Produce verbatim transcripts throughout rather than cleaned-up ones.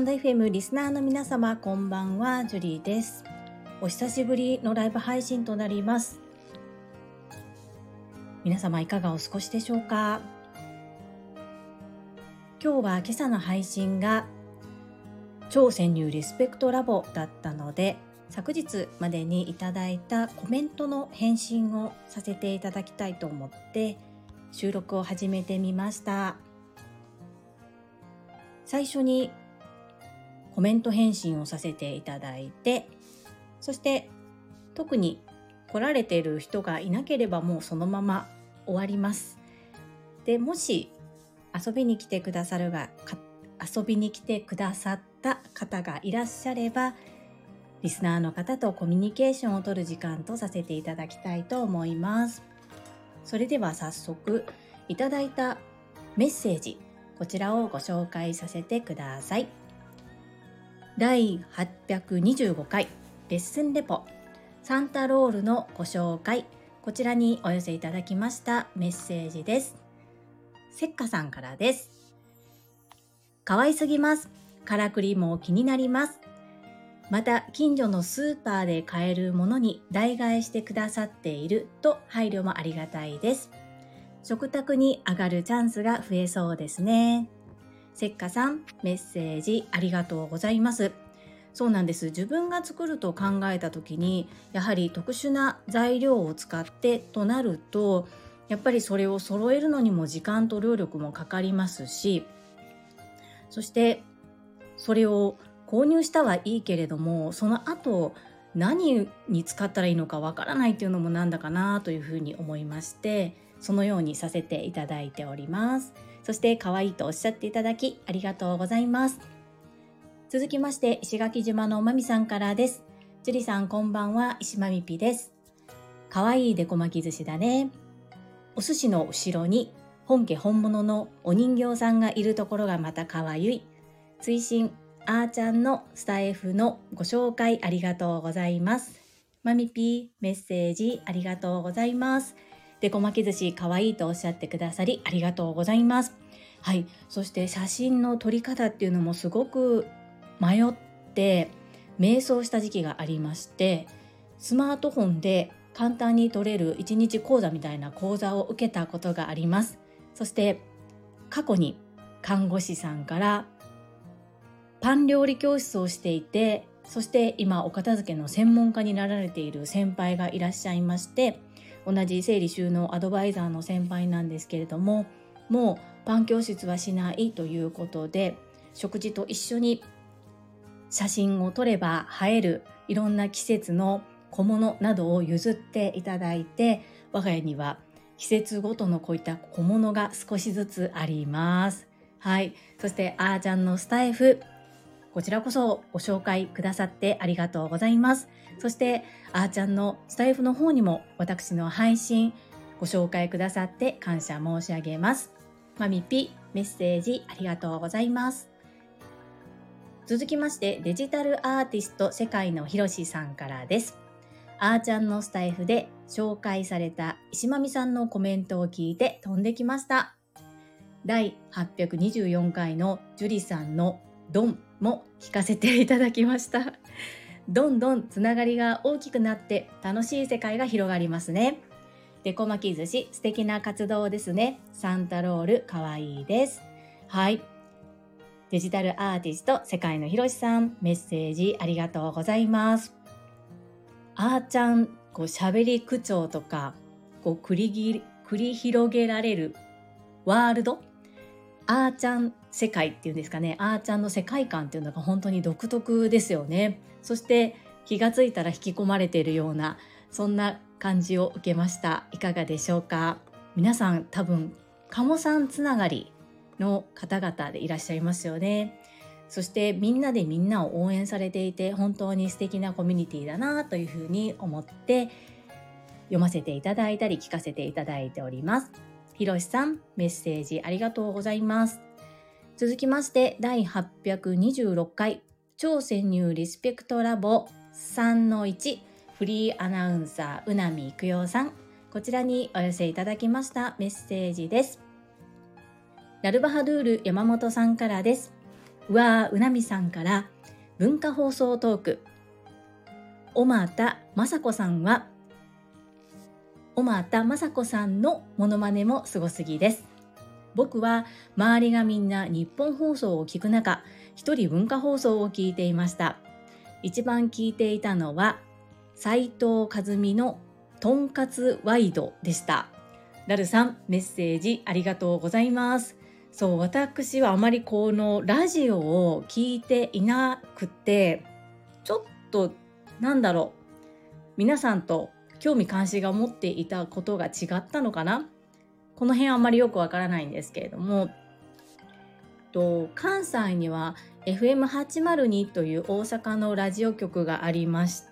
タンド エフエム リスナーの皆様、こんばんは。ジュリーです。お久しぶりのライブ配信となります。皆様いかがお過ごしでしょうか。今日は今朝の配信が超潜入リスペクトラボだったので、昨日までにいただいたコメントの返信をさせていただきたいと思って収録を始めてみました。最初にコメント返信をさせていただいて、そして特に来られている人がいなければもうそのまま終わります。で、もし遊びに来てくださるが遊びに来てくださった方がいらっしゃれば、リスナーの方とコミュニケーションを取る時間とさせていただきたいと思います。それでは早速いただいたメッセージ、こちらをご紹介させてください。だいはっぴゃくにじゅうごかいレッスンレポサンタロールのご紹介、こちらにお寄せいただきましたメッセージです。せっかさんからです。可愛すぎます。からくりも気になります。また近所のスーパーで買えるものに代替えしてくださっていると配慮もありがたいです。食卓に上がるチャンスが増えそうですね。せっかさん、メッセージありがとうございます。そうなんです。自分が作ると考えた時に、やはり特殊な材料を使ってとなると、やっぱりそれを揃えるのにも時間と労力もかかりますし、そしてそれを購入したはいいけれども、その後何に使ったらいいのかわからないっていうのもなんだかなというふうに思いまして、そのようにさせていただいております。そして可愛いとおっしゃっていただきありがとうございます。続きまして石垣島のまみさんからです。ジュリさんこんばんは、石まみぴです。可愛いデコ巻き寿司だね。お寿司の後ろに本家本物のお人形さんがいるところがまた可愛い。追伸あーちゃんのスタイフのご紹介ありがとうございます。まみぴメッセージありがとうございます。デコ巻き寿司可愛いとおっしゃってくださりありがとうございます。はい、そして写真の撮り方っていうのもすごく迷って迷走した時期がありまして、スマートフォンで簡単に撮れるいちにち講座みたいな講座を受けたことがあります。そして過去に看護師さんからパン料理教室をしていて、そして今お片付けの専門家になられている先輩がいらっしゃいまして、同じ整理収納アドバイザーの先輩なんですけれども、もうパン教室はしないということで、食事と一緒に写真を撮れば映えるいろんな季節の小物などを譲っていただいて、我が家には季節ごとのこういった小物が少しずつあります。はい。そしてあーちゃんのスタイフ、こちらこそご紹介くださってありがとうございます。そしてあーちゃんのスタイフの方にも私の配信ご紹介くださって感謝申し上げます。まみぴメッセージありがとうございます。続きましてデジタルアーティスト世界のひろしさんからです。あーちゃんのスタイフで紹介された石まみさんのコメントを聞いて飛んできました。だいはっぴゃくにじゅうよんかいのジュリさんのドンも聞かせていただきました。どんどんつながりが大きくなって楽しい世界が広がりますね。デコ巻き寿司素敵な活動ですね。サンタロールかわいいです。はい。デジタルアーティスト世界のひろしさん、メッセージありがとうございます。あーちゃん、こう喋り口調とかこう繰りぎ繰り広げられるワールド、あーちゃん世界っていうんですかね、あーちゃんの世界観っていうのが本当に独特ですよね。そして気がついたら引き込まれているような、そんな感じを受けました。いかがでしょうか。皆さん多分鴨さんつながりの方々でいらっしゃいますよね。そしてみんなでみんなを応援されていて、本当に素敵なコミュニティだなというふうに思って読ませていただいたり聞かせていただいております。ひろしさん、メッセージありがとうございます。続きましてだいはっぴゃくにじゅうろっかい超潜入リスペクトラボ さんのいち フリーアナウンサーうなみいくようさん、こちらにお寄せいただきましたメッセージです。ラルバハドゥール山本さんからです。 うわーうなみさんから文化放送トーク。小俣雅子さんは小俣雅子さんのモノマネもすごすぎです。僕は周りがみんな日本放送を聞く中、一人文化放送を聞いていました。一番聞いていたのは斉藤和美のとんかつワイドでした。ラルさん、メッセージありがとうございます。そう、私はあまりこのラジオを聞いていなくて、ちょっとなんだろう、皆さんと興味関心が持っていたことが違ったのかな。この辺はあまりよくわからないんですけれども、と関西には エフエムはちまるに という大阪のラジオ局がありまして、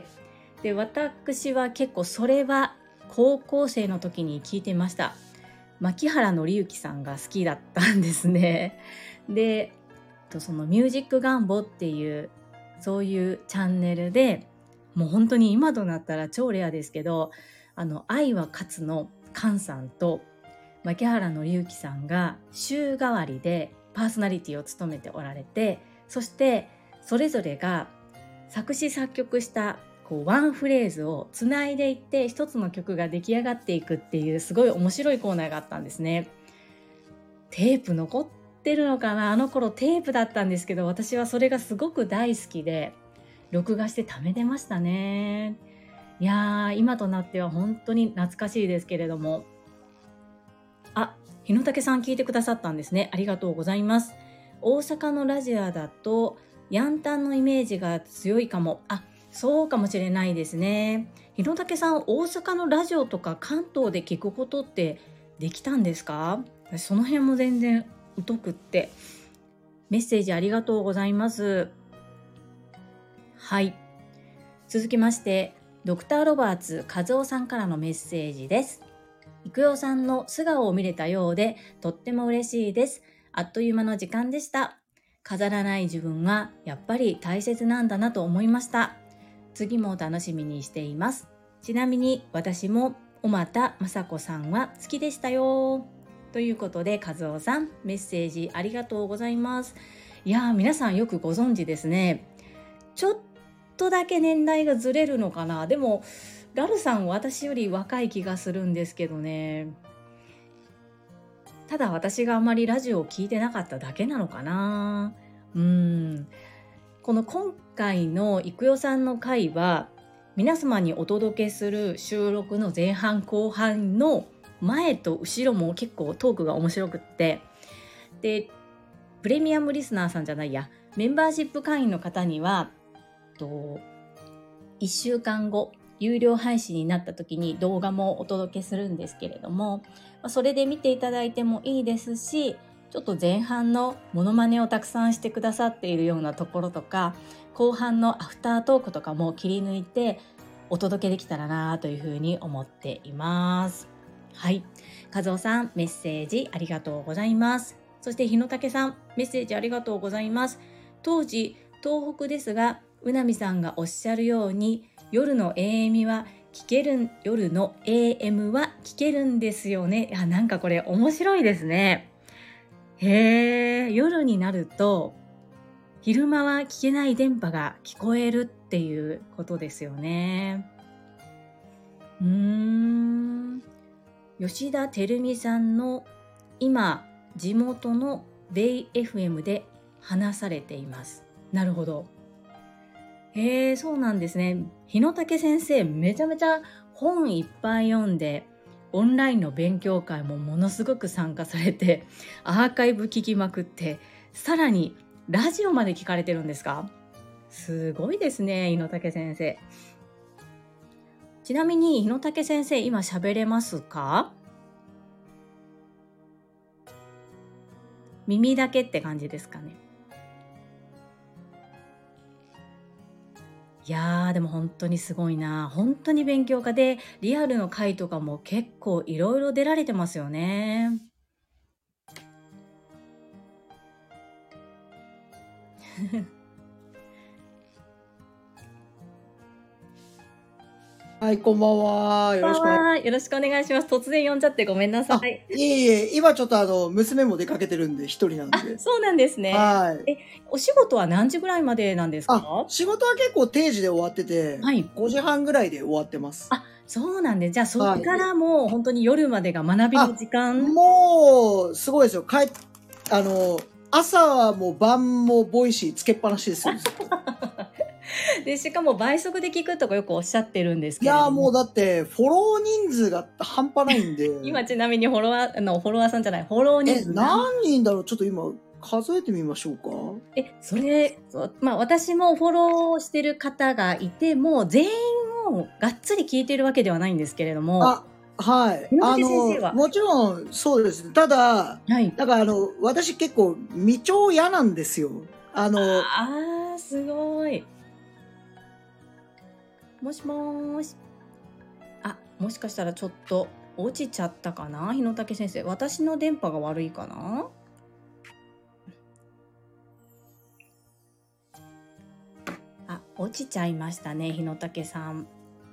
で私は結構それは高校生の時に聞いてました。牧原紀之さんが好きだったんですね。でそのミュージックガンボっていうそういうチャンネルで、もう本当に今となったら超レアですけど、あの愛は勝つの菅さんと牧原紀之さんが週替わりでパーソナリティを務めておられて、そしてそれぞれが作詞作曲したこうワンフレーズをつないでいって一つの曲が出来上がっていくっていうすごい面白いコーナーがあったんですね。テープ残ってるのかな、あの頃テープだったんですけど、私はそれがすごく大好きで録画して貯めてましたね。いやー、今となっては本当に懐かしいですけれども、あ、日野武さん聞いてくださったんですね。ありがとうございます。大阪のラジオだとヤンタンのイメージが強いかも。あ、そうかもしれないですね。日野武さん、大阪のラジオとか関東で聞くことってできたんですか？その辺も全然疎くって。メッセージありがとうございます。はい。続きまして、ドクターロバーツ和夫さんからのメッセージです。育代さんの素顔を見れたようでとっても嬉しいです。あっという間の時間でした。飾らない自分はやっぱり大切なんだなと思いました。次も楽しみにしています。ちなみに私も小俣雅子さんは好きでしたよ。ということで、和夫さんメッセージありがとうございます。いやー、皆さんよくご存知ですね。ちょっとだけ年代がずれるのかな。でもラルさん私より若い気がするんですけどね。ただ私があまりラジオを聞いてなかっただけなのかな。うーんこの今回の育代さんの回は、皆様にお届けする収録の前半後半の前と後ろも結構トークが面白くって、でプレミアムリスナーさんじゃないやメンバーシップ会員の方にはといっしゅうかんご有料配信になった時に動画もお届けするんですけれども、それで見ていただいてもいいですし、ちょっと前半のモノマネをたくさんしてくださっているようなところとか、後半のアフタートークとかも切り抜いてお届けできたらなというふうに思っています。はい、和夫さんメッセージありがとうございます。そして日野武さんメッセージありがとうございます。当時東北ですが、うなみさんがおっしゃるように夜の エーエム は聞ける夜の エーエム は聞けるんですよね。いや、なんかこれ面白いですね。へえ、夜になると昼間は聞けない電波が聞こえるっていうことですよね。うーん吉田照美さんの今地元のベイ エフエム で話されています。なるほど。へえ、そうなんですね。日野武先生めちゃめちゃ本いっぱい読んで、オンラインの勉強会もものすごく参加されて、アーカイブ聞きまくって、さらにラジオまで聞かれてるんですか？すごいですね、日野武先生。ちなみに日野武先生今喋れますか？耳だけって感じですかね。いやー、でも本当にすごいな。本当に勉強家で、リアルの回とかも結構いろいろ出られてますよね。 はい、こんばんは。よろしくお願い。 わーよろしくお願いします。突然呼んじゃってごめんなさあ、 い。 いえいえ、今ちょっとあの、娘も出かけてるんで、一人なんあ、 で。 そうなんですね。 はい。 え、お仕事は何時ぐらいまでなんですあ、 か？ 仕事は結構定時で終わってて、 はい。 ごじはんぐらいで終わってます。 あ、そうなんで、じゃあそはい。 っからもう本当に夜までが学びのあ、 時間？ もう、すごいですよ。帰っ、あの、朝はもう晩もボイシーつけっぱなしですよ。ずっと。 で、しかも倍速で聞くとかよくおっしゃってるんですいやーけれども。 もうだって、フォロー人数が半端ないんで。 今ちなみにフォロワー、あの、フォロワーさんじゃない、フォロー人え、 数何人だろうちょっと今、数えてみましょうか。 え、それ、そうまあ私もフォローしてる方がいても、全員をがっつり聞いてるわけではないんですけれども、 あ、はい。 猪あ竹先生は、 の、もちろんそうです。ただ、 はい。 だからあの、私結構未聴嫌なんですよ。あの、 あー、すごい。もしもーし。あ、もしかしたらちょっと落ちちゃったかな、猪竹先生。私の電波が悪いかな。あ、落ちちゃいましたね、猪竹さん。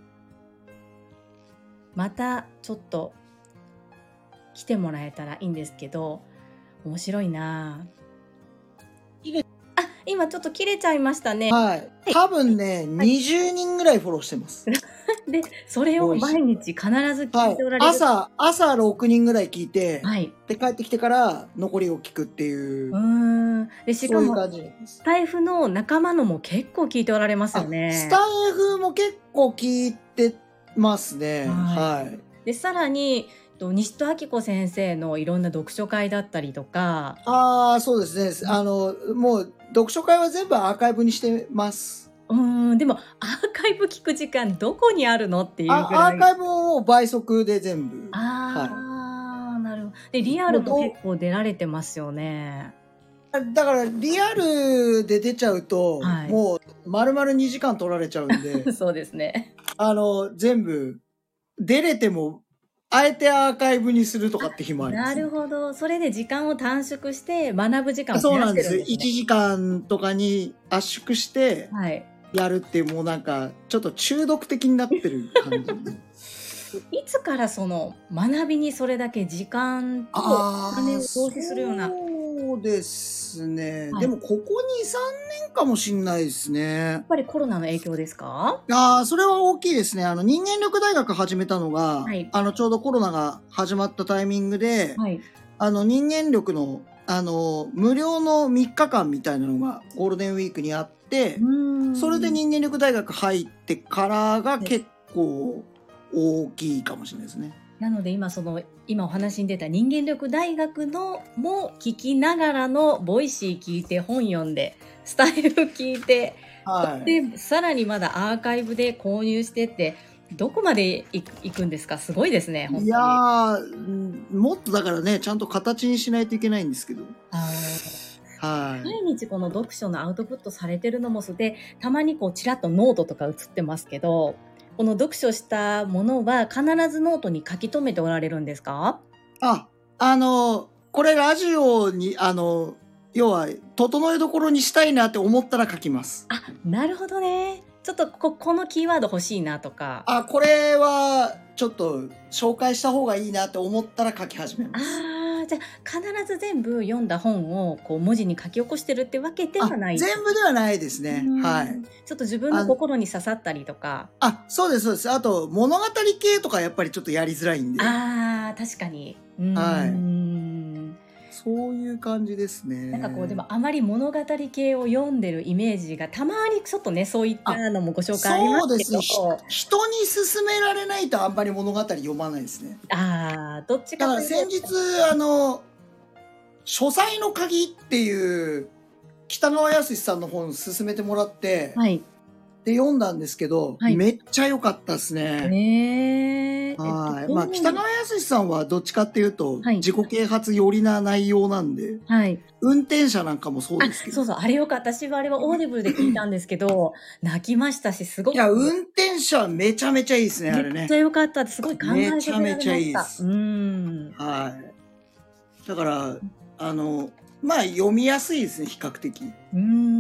またちょっと来てもらえたらいいんですけど、面白いな。 切れあ、今ちょっと切れちゃいましたね。 はい。多分ね、 はいにじゅうにんぐらいフォローしてます。 で、それを毎日必ずはい聞いておら。れる。 朝、朝ろくにんぐらい聞いて、 はい。 で、帰ってきてから残りを聞くっていうう、ーん。で、しそういうかも、 感じですス。タイフの仲間のも結構聞いておられますよあ、 ね。 スタイフも結構聞いてますね。 はいはい。 で、さらに、と西戸明子先生のいろんな読書会だったりとか、 ああ、そうですね。あの、もう、読書会は全部アーカイブにしてます。 うーん、でもアーカイブ聞く時間どこにあるのっていうぐあ、 らい。 アーカイブももう倍速で全部。 あー、なるほど。で、リアルも結構出られてますよね。 だから、リアルで出ちゃうと、 はいもう、丸々にじかん取られちゃうんで、 そうですね。 あの、全部、出れても、あえてアーカイブにするとかって日もありまなすね。 るほど。それで時間を短縮して学ぶ時間をそう増やなんです。 してるんですね。 いちじかんとかに圧縮してはい。 やるっていう、もうなんか、ちょっと中毒的になってる感じ。 いつからその学びにそれだけ時間とお金を投資するような。 そうですね。 はいでも、ここに、さんねんかもしんないですねや。っぱりコロナの影響ですか？ ああ、それは大きいですね。あの、人間力大学始めたのが、 はいあの、ちょうどコロナが始まったタイミングで、 はい。 あの、人間力の、あの、無料のみっかかんみたいなのがゴールデンウィークにあって、 うーんそれで人間力大学入ってからが結構大きいかもしれないですね。 なので今その今お話に出た人間力大学のも聞きながらのボイシー聞いて本読んでスタイル聞いて、 はい。 でさらにまだアーカイブで購入してってどこまでい行くんですか？すごいですね。本当にいやー、うんもっとだからね、ちゃんと形にしないといけないんですけど。 あーはい。 毎日この読書のアウトプットされてるのもそうで、たまにこうちらっとノートとか映ってますけど、この読書したものは必ずノートに書き留めておられるんですか？ あ、あの、これラジオに、あの、要は、整えどころにしたいなって思ったら書きます。 あ、なるほどね。ちょっとここのキーワード欲しいなとか。 あ、これは、ちょっと、紹介した方がいいなって思ったら書き始めます。 ああ、じゃあ必ず全部読んだ本をこう文字に書き起こしてるってわけであはない。 全部ではないですね。 うんはい。 ちょっと自分の心に刺さったりとか。 あ、そうです、そうです。あと、物語系とかやっぱりちょっとやりづらいんで。 ああ、確かに。うーんはいそういう感じですね。 なんかこうでもあまり物語系を読んでるイメージがたまにちょっとねそういったのもご紹介ありまそうすけど、 ですね。ひ人に勧められないとあんまり物語読まないですね。 ああどっちだかかというとら先日、あの、書斎の鍵っていう北川康さんの本勧めてもらって、 はいで読んだんですけど、 はいめっちゃ良かったですね。 ねえはい。 えまあ、北川康さんはどっちかっていうと、 はい自己啓発寄りな内容なんで、 はい運転者なんかもそうあですけど。 そうそうあれよかった私はあれはオーディブルで聞いたんですけど泣きましたしすごくいや、運転者はめちゃめちゃいいですね、あれねめっちゃ。良かったってすごい考えさせられまめちゃめちゃいいしたですうんはい。だから、あの、まあ、読みやすいですね、比較的。 うーん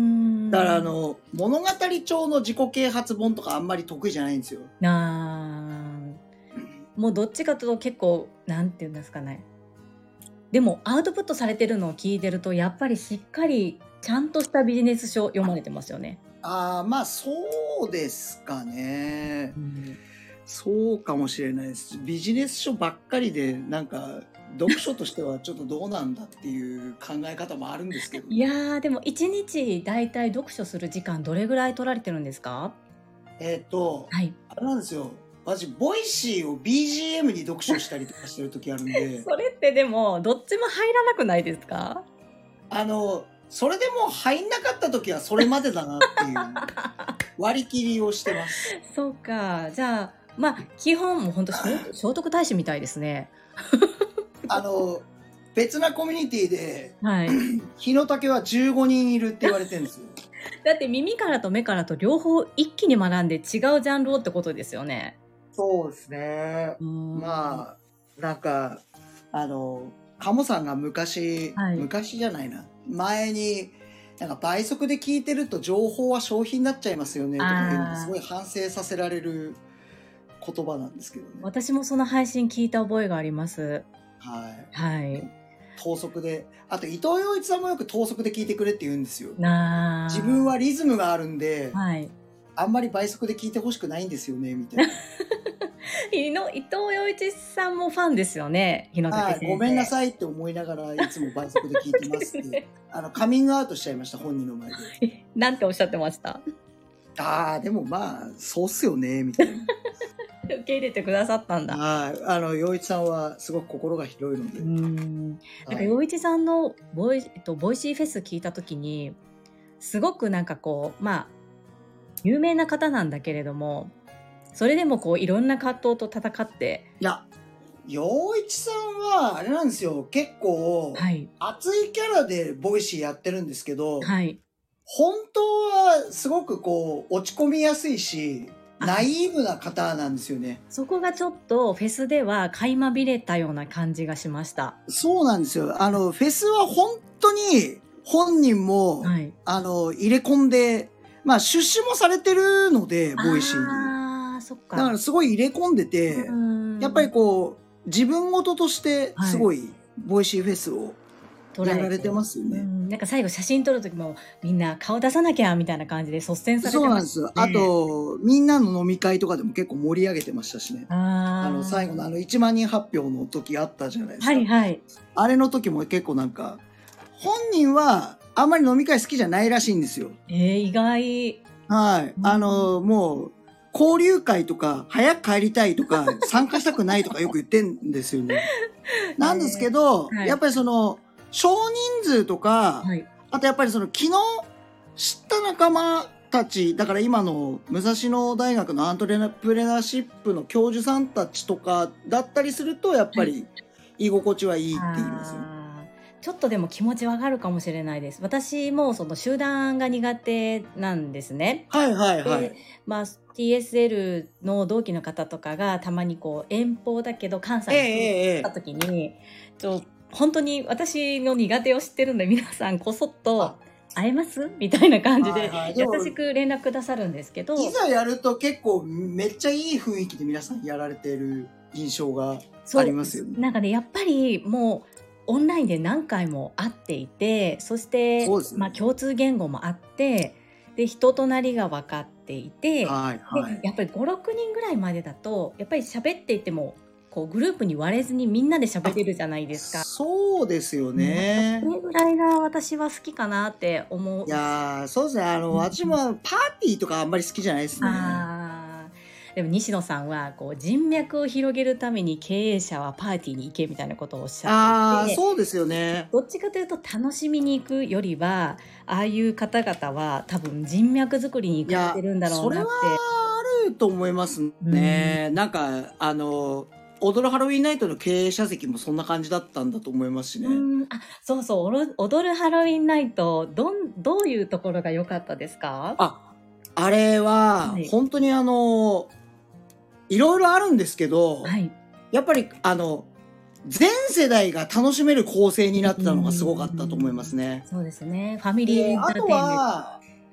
ん。 だからあの物語調の自己啓発本とかあんまり得意じゃないんですよ。 あーもうどっちかというと結構なんていうんですかね。でもアウトプットされてるのを聞いてるとやっぱりしっかりちゃんとしたビジネス書読まれてますよね。 ああ、まあそうですかね。 うんそうかもしれないです。ビジネス書ばっかりでなんか読書としてはちょっとどうなんだっていう考え方もあるんですけど、 いやーでもいちにちだいたい読書する時間どれぐらい取られてるんですか？ えっとはい。 あれなんですよ。私ボイシーを ビージーエム に読書したりとかしてる時あるんで、 それってでもどっちも入らなくないですか？ あのそれでもう入んなかった時はそれまでだなっていう割り切りをしてます。 そうか。じゃあまあ基本もう本当聖聖徳太子みたいですね。 あの別なコミュニティではい。 日の竹はじゅうごにんいるって言われてるんですよ。 だって耳からと目からと両方一気に学んで違うジャンルをってことですよね。 そうですね。まあなんかあの鴨さんが昔、 はい昔じゃないな前になんか倍速で聞いてると情報は消費になっちゃいますよねとかいうのがすごい反省させられる言葉なんですけどね。 私もその配信聞いた覚えがあります。 はい。 はい。 等速で、あと伊藤洋一さんもよく等速で聞いてくれって言うんですよ。 な自分はリズムがあるんで、 はい。 あんまり倍速で聞いてほしくないんですよねみたいな。 伊野伊藤洋一さんもファンですよね。日野武はい、 先生。 ごめんなさいって思いながらいつも倍速で聞いてますって、 ねあのカミングアウトしちゃいました本人の前で。 なんておっしゃってました？ ああでもまあそうっすよねみたいな。 受け入れてくださったんだ。 はい、あの洋一さんはすごく心が広いので。 うーん。なんはい、 か洋一さんのボイ、えっと、ボイシーフェス聞いたときに、すごくなんかこう、まあ、有名な方なんだけれども、それでもこういろんな葛藤と戦って、 いや洋一さんはあれなんですよ、結構はい。 熱いキャラでボイシーやってるんですけど、 はい。 本当はすごくこう落ち込みやすいしあナイーブな方なんですよね。 そこがちょっとフェスでは垣間見れたような感じがしました。 そうなんですよ。あのフェスは本当に本人も、 はい。 あの入れ込んで、まあ出資もされてるのでボイシーに。 ああ、そっか。 だからすごい入れ込んでて、 うんやっぱりこう自分事としてすごいボイシーフェスをやられてますよね。 うん、なんか最後写真撮る時もみんな顔出さなきゃみたいな感じで率先されてそうなんまですよ。 すね。 あとみんなの飲み会とかでも結構盛り上げてましたしね。 ああの最後のあのいちまんにん発表の時あったじゃないですか。 はいはい。 あれの時も結構なんか本人はあんまり飲み会好きじゃないらしいんですよ。 えー、意外。 はい。 うんあのもう交流会とか早く帰りたいとか参加したくないとかよく言ってんですよね。なんですけど、 はいやっぱりその少人数とか、 はい。 あとやっぱりその昨日知った仲間たち、だから今の武蔵野大学のアントレプレナーシップの教授さんたちとかだったりするとやっぱり居心地はいいって言いますよ。 あーちょっとでも気持ちわかるかもしれないです。私もその集団が苦手なんですね。 はいはいはいで。まあ、ティーエスエル の同期の方とかがたまにこう遠方だけど関西ええにええ来た時に、ちょ本当に私の苦手を知ってるんで皆さんこそっとあ会えますみたいな感じではいはいでも優しく連絡くださるんですけど、 いざやると結構めっちゃいい雰囲気で皆さんやられてる印象がありますよね。 なんかねやっぱりもうオンラインで何回も会っていて、そしてそうですねまあ、共通言語もあってで人となりが分かっていて、 はいはいでやっぱりごろくにんぐらいまでだとやっぱり喋っていてもこうグループに割れずにみんなで喋れるじゃないですか。 そうですよね。 それぐらいが私は好きかなって思う。 いやーそうですね。あの、私もパーティーとかあんまり好きじゃないですね。 あーでも西野さんはこう人脈を広げるために経営者はパーティーに行けみたいなことをおっしゃああ、 っていて、 そうですよね。 どっちかというと楽しみに行くよりはああいう方々は多分人脈作りに行かれてるんだろうなって。 それはあると思いますね。うん、なんかあの踊るハロウィンナイトの経営者席もそんな感じだったんだと思いますしね。 うんあそうそう踊るハロウィンナイトどんどういうところが良かったですか？ ああれは、はい、本当にあのいろいろあるんですけど、はい、やっぱりあの全世代が楽しめる構成になってたのがすごかったと思いますね。 そうですね。ファミリーエンターテインメント。 あとは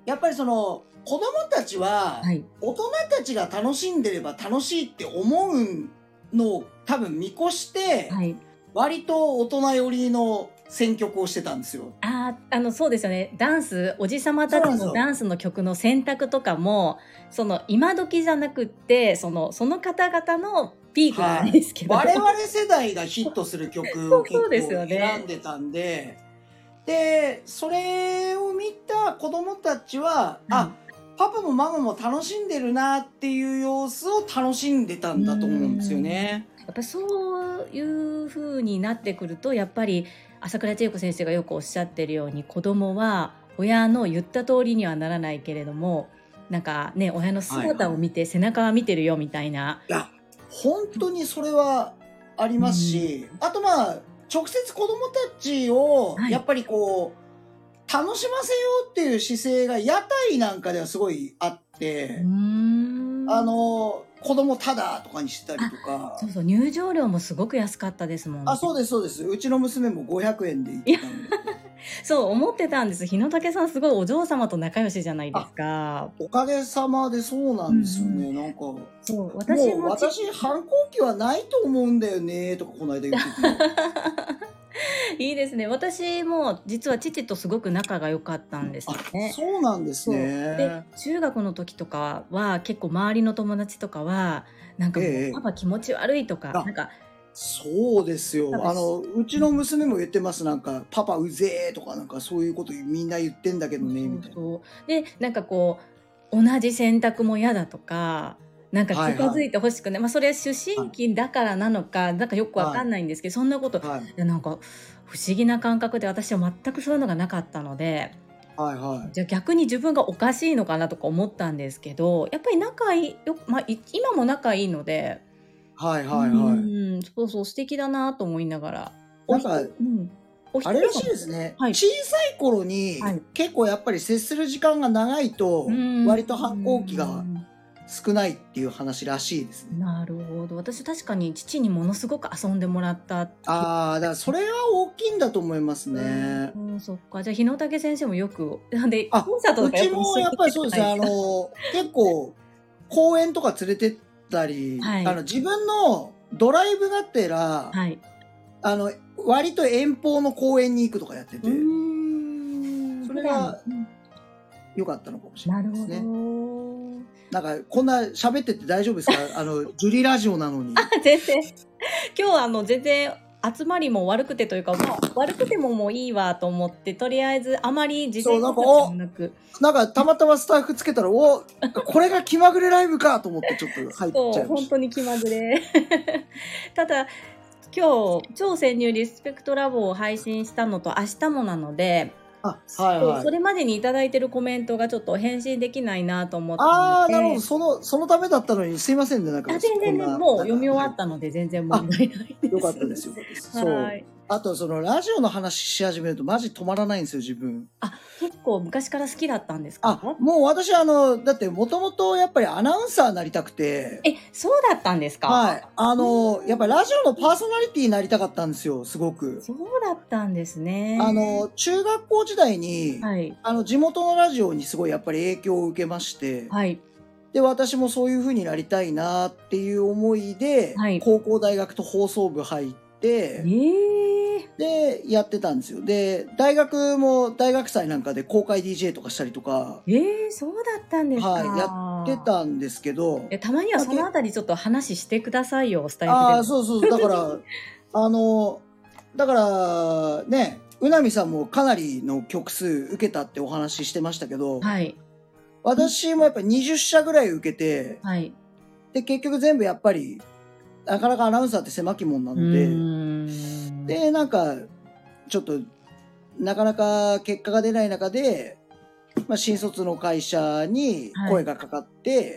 やっぱりその子供たちははい。 大人たちが楽しんでれば楽しいって思うのを多分見越してはい。 割と大人寄りの選曲をしてたんですよ。 ああ、あの、そうですよね。ダンス、おじさまたちのダンスの曲の選択とかも、その今時じゃなくって、その、その方々のピークじゃないですけど。 我々世代がヒットする曲を結構選んでたんで、で、それを見た子供たちは、 うん、 あ、パパもママも楽しんでるなっていう様子を楽しんでたんだと思うんですよね。 やっぱりそういう風になってくると、やっぱり朝倉千恵子先生がよくおっしゃってるように、子供は親の言った通りにはならないけれども、なんかね、親の姿を見て背中は見てるよみたいな。 いや、本当にそれはありますし、あとまあ直接子供たちをやっぱりこう、楽しませようっていう姿勢が屋台なんかではすごいあって、 うーん、 あの子供ただとかにしてたりとか。 そうそう、入場料もすごく安かったですもんね。 あ、そうですそうです。うちの娘もごひゃくえんで行ってたので。 そう思ってたんです。日野武さんすごいお嬢様と仲良しじゃないですか。 おかげさまでそうなんですよね。うんうん、なんかそう、私ももう私反抗期はないと思うんだよねとかこの間言ってて。 いいですね。私も実は父とすごく仲が良かったんですよね。 そうなんですね。 で、中学の時とかは結構周りの友達とかはなんかもう、ええ、パパ気持ち悪いとか、なんかそうですよ。あのうちの娘も言ってます。なんかパパうぜえとかなんかそういうことみんな言ってんだけどねみたいな。 で、なんかこう同じ選択も嫌だとか。なんか近づいてほしくない、はいはい、まあそれは思春期だからなのか、はい、なんかよくわかんないんですけど、はい、そんなこと、はい、なんか不思議な感覚で私は全くそういうのがなかったので、はいはい、じゃあ逆に自分がおかしいのかなとか思ったんですけど、やっぱり仲いいよ、まあ、今も仲いいので、 はいはいはい、 うん、そうそう素敵だなと思いながら、 なんか、うん、あれらしいですね、はい、小さい頃に、はい、結構やっぱり接する時間が長いと割と反抗期が少ないっていう話らしいですね。 なるほど。私確かに父にものすごく遊んでもらった。 ああ、だからそれは大きいんだと思いますね。 うん、そっか。じゃあ日野武先生もよくなんであ、うちもやっぱりそうですね。あの結構公園とか連れてったり、はい、あの自分のドライブがてら、はい、あの割と遠方の公園に行くとかやってて、それが良かったのかもしれないですね。なるほど。なんかこんな喋ってて大丈夫ですか？あのジュリラジオなのに。 あ、全然。今日はあの全然集まりも悪くてというか、まあ、悪くてももういいわと思ってとりあえずあまり事前告知もなく、 なんかたまたまスタッフつけたらおこれが気まぐれライブかと思ってちょっと入っちゃいました。 そう本当に気まぐれ。ただ今日超潜入リスペクトラボを配信したのと明日もなので。 あ、はいはい、 それまでにいただいてるコメントがちょっと返信できないなと思って。 ああ、なるほど。その、そのためだったのにすいませんね。なんか全然ね、もう読み終わったので全然問題ないです。 よかったですよ。そう。あと、そのラジオの話し始めるとマジ止まらないんですよ、自分。 あ、結構昔から好きだったんですか？ あ、もう私、あの、だってもともとやっぱりアナウンサーになりたくて。 え、そうだったんですか？ はい。あの、やっぱりラジオのパーソナリティになりたかったんですよ、すごく。 そうだったんですね。 あの、中学校時代に、はい、あの、地元のラジオにすごいやっぱり影響を受けまして。はい。で、私もそういう風になりたいなっていう思いで、はい、高校大学と放送部入って、えー、で、やってたんですよ。で、大学も大学祭なんかで公開 ディージェー とかしたりとか。 えー、そうだったんですか？ はい、やってたんですけど。 え、たまにはそのあたりちょっと話してくださいよ、スタイルで。 ああ、そうそう。だから、あの、だから、ね、うなみさんもかなりの曲数受けたってお話ししてましたけど、はい、私もやっぱりにじゅっしゃぐらい受けて、はい、で、結局全部やっぱり、なかなかアナウンサーって狭きもんなので、で、なんか、ちょっと、なかなか結果が出ない中で、まあ、新卒の会社に声がかかって、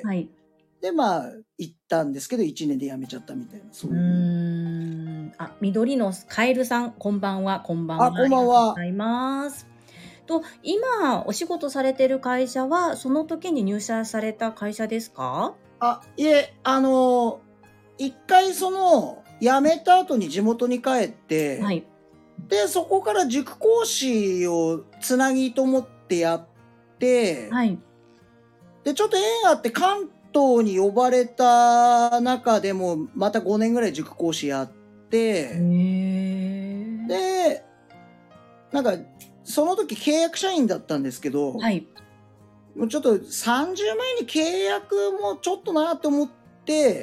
はいはい、で、まあ、行ったんですけど、いちねんで辞めちゃったみたいな、そういう。うーん。あ、緑のカエルさん、こんばんは、こんばんは。 あ、こんばんは。 ありがとうございます。と、今、お仕事されてる会社は、その時に入社された会社ですか？ あ、いえ、あの、一回その、辞めた後に地元に帰って、はい、で、そこから塾講師をつなぎと思ってやって、 はい。 で、ちょっと縁あって関東に呼ばれた中でも、またごねんぐらい塾講師やっへて、 え。 で、なんか、その時契約社員だったんですけど、 はい。 もうちょっとさんじゅうまえに契約もちょっとなと思って、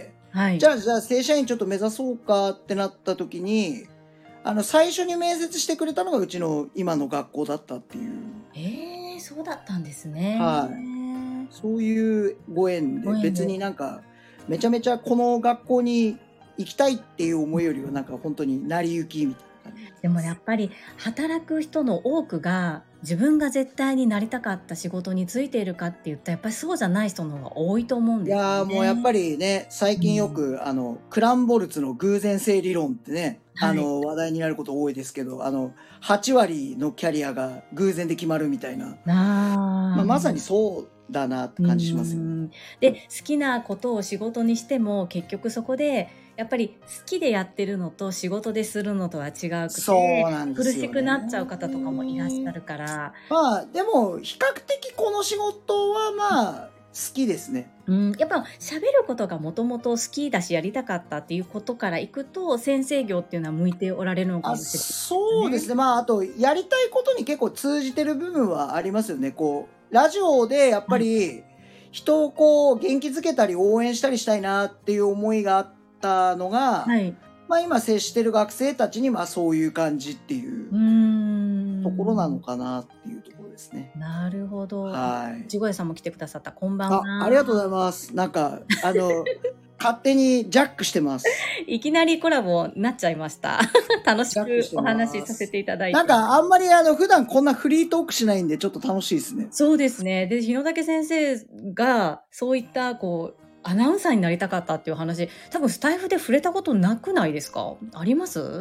はい。 じゃあ、じゃあ正社員ちょっと目指そうかってなった時に、あの、最初に面接してくれたのがうちの今の学校だったっていう。 ええ、そうだったんですね。 はい。そういうご縁で、 ご縁で。 別になんか、めちゃめちゃこの学校に行きたいっていう思いよりは、なんか本当に成り行きみたいな感じ。 でもやっぱり働く人の多くが自分が絶対になりたかった仕事についているかって言ったらやっぱりそうじゃない人の方が多いと思うんいですよやーもうやっぱり、 りね、最近よく、あの、クランボルツの偶然性理論ってね、あはい。 の、話題になること多いですけど、あの、はち割のキャリアが偶然で決まるみたいな。まあ、 あまさにそうだなってう感じしますよね。 ん。で、好きなことを仕事にしても結局そこでやっぱり好きでやってるのと仕事でするのとは違くそうなて苦しんですよくなっちゃう方とかもいらっしゃね。 るから、 まあ、でも、比較的この仕事はまあ、好きですね。 うん、やっぱ喋ることがもともと好きだしやりたかったっていうことからいくと先生業っていうのは向いておられるのかあ、 もしれないですね。 そうですね。まあ、あと、やりたいことに結構通じてる部分はありますよね。こう、ラジオでやっぱり、人をこう、元気づけたり応援したりしたいなっていう思いがあったのが、 はい。 まあ今接してる学生たちにまあそういう感じっていううーところなのん。 かなっていうところですね。 なるほど。あ、 はい。 地声さんも来てくださった。こんばんあ、ありがとうございは。 ます。なんか、あの、勝手にジャックしてます。 いきなりコラボになっちゃいました。楽しジャックしてくお話します。 させていただいなんて。 かあんまりあの普段こんなフリートークしないんでちょっと楽しいですね。 そうですね。で、日野武先生がそういったこうアナウンサーになりたかったっていう話、多分スタイフで触れたことなくないですか？あります？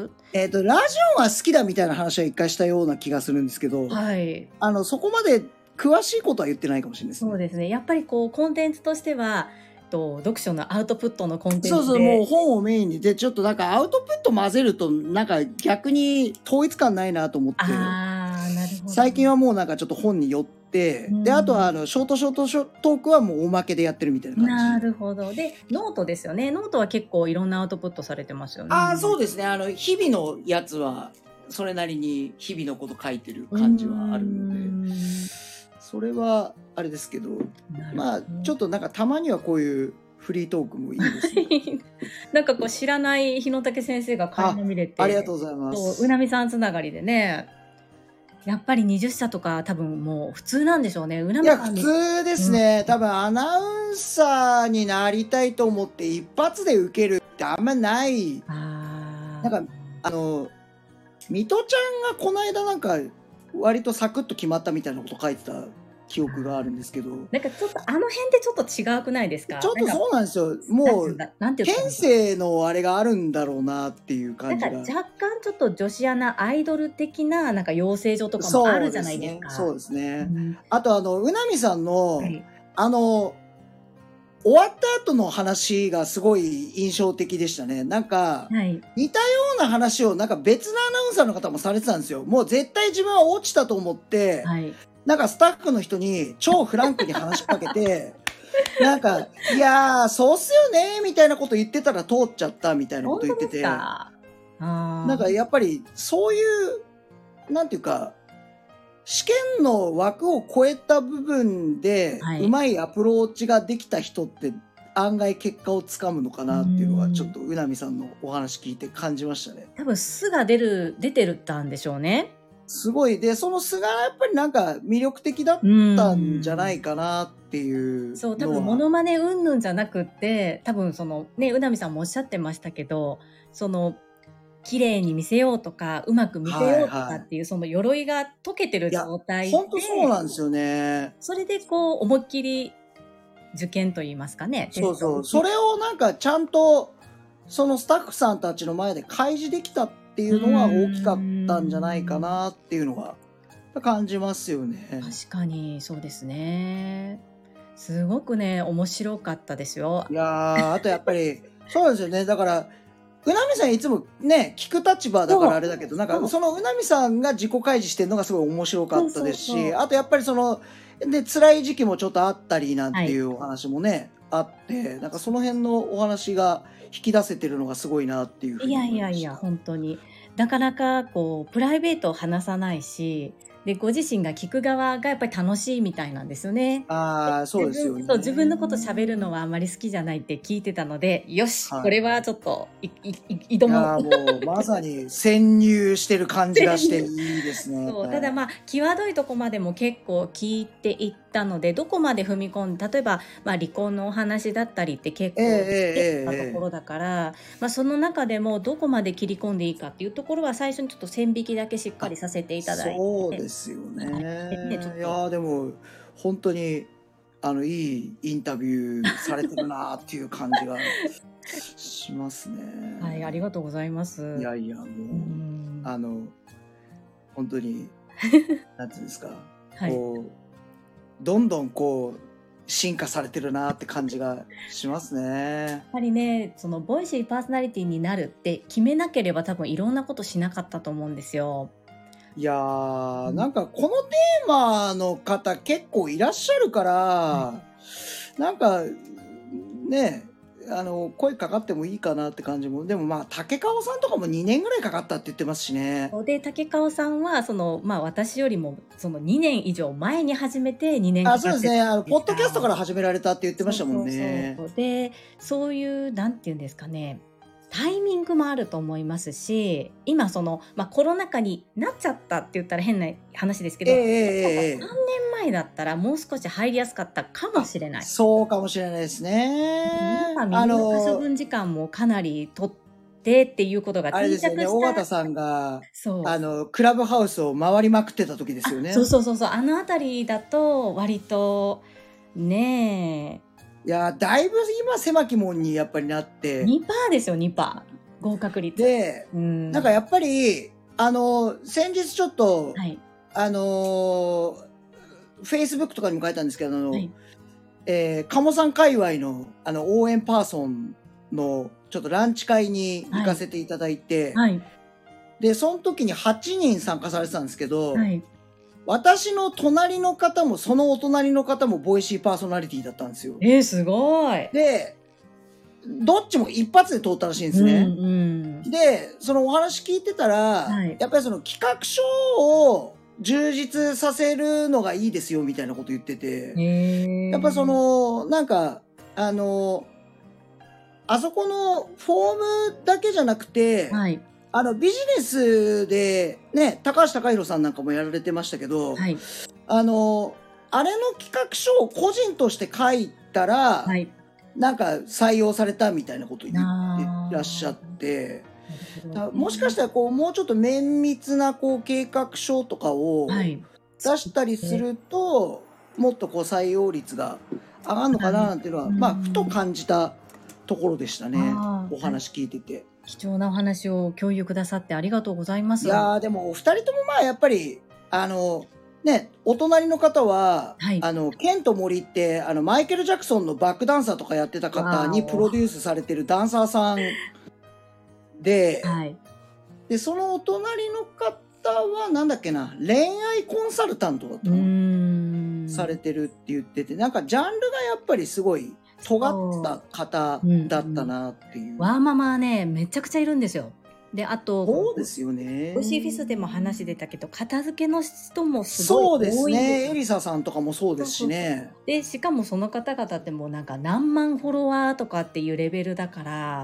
えっと、ラジオが好きだみたいな話は一回したような気がするんですけど、 はい。 あの、そこまで詳しいことは言ってないかもしれないですね。 そうですね。やっぱりこうコンテンツとしては、と読書のアウトプットのコンテンそうそう、もうツで、 本をメインに。で、ちょっとなんかアウトプット混ぜると、なんか逆に統一感ないなと思って、 ああ、なるほど。 最近はもうなんかちょっと本に寄って、 うんで、あとはあの、ショートショートショトークはもうおまけでやってるみたいなな感じ。 るほど。で、ノートですよね。ノートは結構いろんなアウトプットされてますよね。 ああ、そうですね。あの、日々のやつは、それなりに日々のこと書いてる感じはあるので、 うーんそれはあれですけど、 なるまあ、ちょっほとなんかたまにはこういうフリートークもいいですね。 ど。なんかこう知らない日野武先生が垣間見れて、 ありがとうございまそう、うす。 なみさんつながりでね、やっぱりにじゅっ社とか多分もう普通なんでしょうね。うないみや、 さんに。 普通ですね。多分アナウンサーになりたいと思って一発で受けるってあんまない。 あなんか、あの、水戸ちゃんがこの間なんか、割とサクッと決まったみたいなこと書いてた記憶があるんですけど、 なんかちょっとあの辺でちょっと違くないですか？ ちょっとそうなんですよ。 なんもう、 かなんていうんだなんて天言ったらいいの性のあれがあるんだろうなっていうなんか感じが。 若干ちょっと女子アナアイドル的ななんか養成所とかもあるじゃないですか。 そうですね。 うんあとあの、うなみさんの、 はい。 あの、終わった後の話がすごい印象的でしたね。なんか、 はい。 似たような話をなんか別のアナウンサーの方もされてたんですよ。もう絶対自分は落ちたと思って、 はい。 なんかスタッフの人に超フランクに話しかけて、なんか、いやー、そうっすよねみたいなこと言ってたら通っちゃったみたいなこ本当ですと言ってて、 か？あーなんかやっぱりそういう、なんていうか、試験の枠を超えた部分で、 はいうまいアプローチができた人って案外結果をつかむのかなっていうのは、ちょっとうなみさんのお話聞いて感じましたね。 多分素が出る出てるたんでしょうね。 すごい。で、その素がやっぱりなんか魅力的だったんじゃないかなっていうのは。 そう多分モノマネ云々じゃなくって多分そのねうなみさんもおっしゃってましたけどその綺麗に見せようとかうまく見せようとかっていう、その鎧が溶けてるいや、 状態で本当そうなんですよね。 それでこう思いっきり受験といいますかね。 そうそう。 テストを受けそれをなんかちゃんと、そのスタッフさんたちの前で開示できたっていうのは大きかったんじゃないかなっていうのは感じますよね。 確かにそうですね。すごくね面白かったですよ。 いやー、あとやっぱり、そうですよね。だから、 うなみさんいつもね、聞く立場だからあれだけど、なんかそのうなみさんが自己開示してるのがすごい面白かったですし、 そうそうそうあとやっぱりその、で、辛い時期もちょっとあったりなんていうお話もね、はい、あって、なんかその辺のお話が引き出せてるのがすごいなっていうふうに思いました。 いやいやいや、本当に。なかなかこう、プライベートを話さないし、でご自身が聞く側がやっぱり楽しいみたいなんですよね。 ああ、そうですよね。 そう、自分のこと喋るのはあまり好きじゃないって聞いてたので、よし、はい、これはちょっといいい挑もう。 いやもうまさに潜入してる感じがしていいですね。 そう、ただまあ際どいとこまでも結構聞いていったので、どこまで踏み込んで、例えばまあ離婚のお話だったりって結構してたところだから、えーえーえー、まあその中でもどこまで切り込んでいいかっていうところは最初にちょっと線引きだけしっかりさせていただいて。 そうですよね。はいいやでも本当にあのいいインタビューされてるなっていう感じがしますね。 はい、ありがとうございます。 いやいやもう、うん、あの本当になんていうんですか、はい、こうどんどんこう進化されてるなって感じがしますね。 やっぱりね、そのボイシーパーソナリティになるって決めなければ多分いろんなことしなかったと思うんですよ。 いやー、うん、なんかこのテーマの方結構いらっしゃるから、うん、なんかねあの声かかってもいいかなって感じも。でもまあ竹川さんとかもにねんぐらいかかったって言ってますしね。 で竹川さんはその、まあ、私よりもそのにねん以上前に始めてにねんかかってあそうですねあのポッドキャストから始められたって言ってましたもんね。 そうそうそうでそういうなんていうんですかね、タイミングもあると思いますし、今その、まあ、コロナ禍になっちゃったって言ったら変な話ですけど、えー、さんねんまえだったらもう少し入りやすかったかもしれない。 そうかもしれないですね。 今みんな可処分時間もかなり取ってっていうことがあれですよね、尾形さんがあのクラブハウスを回りまくってた時ですよね。 そうそうそうそう、あの辺りだと割とねえ、 いやだいぶ今狭き門にやっぱりなってにパーセント ですよ。 にパーセント 合格率で、うん、なんかやっぱりあの先日ちょっと、はい、あのフェイスブックとかにも書いたんですけど、はい、えー、鴨さん界隈のあの応援パーソンのちょっとランチ会に行かせていただいて、はいはい、でその時にはちにん参加されてたんですけど、はい、私の隣の方もそのお隣の方もボイシーパーソナリティだったんですよ。 えー、すごい。 でどっちも一発で通ったらしいんですね。うんうん、でそのお話聞いてたら、はい、やっぱりその企画書を充実させるのがいいですよみたいなこと言ってて、やっぱそのなんかあのあそこのフォームだけじゃなくて、はい、あのビジネスでね高橋貴弘さんなんかもやられてましたけど、はい、あのあれの企画書を個人として書いたら、はい、なんか採用されたみたいなことを言ってらっしゃって、もしかしたらこうもうちょっと綿密なこう計画書とかを出したりすると、はい、もっとこう採用率が上がるのかななんていうのは、まあふと感じたところでしたね。お話聞いてて、はい、 貴重なお話を共有くださってありがとうございます。 いやでもお二人ともまあやっぱりあのねお隣の方は、はい、あのケント森ってあのマイケル・ジャクソンのバックダンサーとかやってた方にプロデュースされてるダンサーさんで、はい、でそのお隣の方はなんだっけな恋愛コンサルタントだったのされてるって言ってて、なんかジャンルがやっぱりすごい尖った方だったなっていう。うんうん、 ワーママはねめちゃくちゃいるんですよ。であとそうですよね。 ボイシーフェスでも話出たけど片付けの人もすごい多いんですよ。 そうですね。エリサさんとかもそうですしね。そうそうそうでしかもその方々ってもうなんか何万フォロワーとかっていうレベルだから、